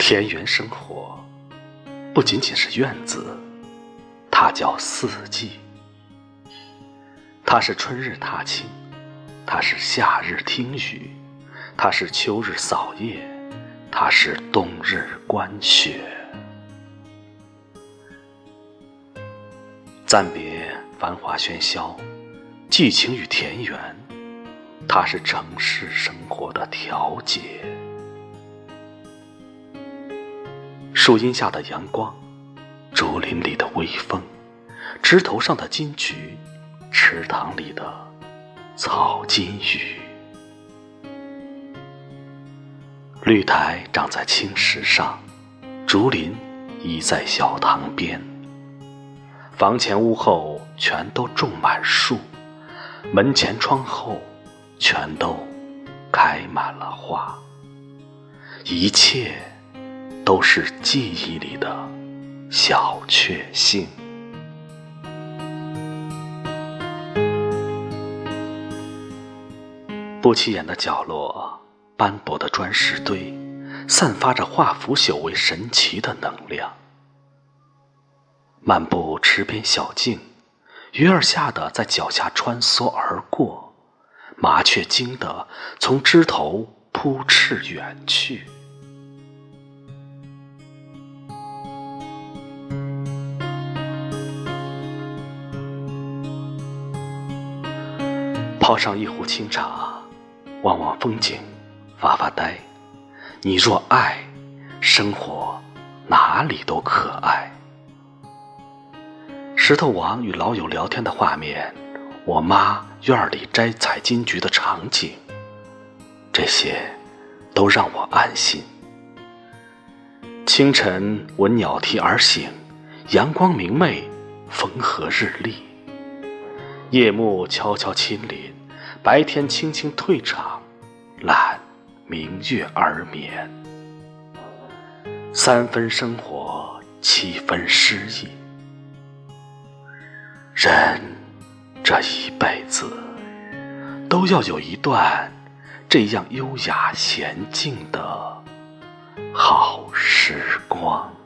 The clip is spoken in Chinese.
田园生活不仅仅是院子，它叫四季。它是春日踏青，它是夏日听雨，它是秋日扫叶，它是冬日观雪。暂别繁华喧嚣，寄情于田园，它是城市生活的调节。树荫下的阳光，竹林里的微风，枝头上的金菊，池塘里的草金鱼。绿苔长在青石上，竹林依在小塘边。房前屋后全都种满树，门前窗后全都开满了花。一切都是记忆里的小确幸。不起眼的角落，斑驳的砖石堆，散发着化腐朽为神奇的能量。漫步池边小径，鱼儿吓得在脚下穿梭而过，麻雀惊得从枝头扑翅远去。泡上一壶清茶，望望风景，发发呆。你若爱，生活哪里都可爱。石头王与老友聊天的画面，我妈院里摘采金菊的场景，这些都让我安心。清晨闻鸟啼而醒，阳光明媚，风和日丽。夜幕悄悄亲临，白天轻轻退场，揽明月而眠。3分生活，7分诗意。人这一辈子都要有一段这样优雅娴静的好时光。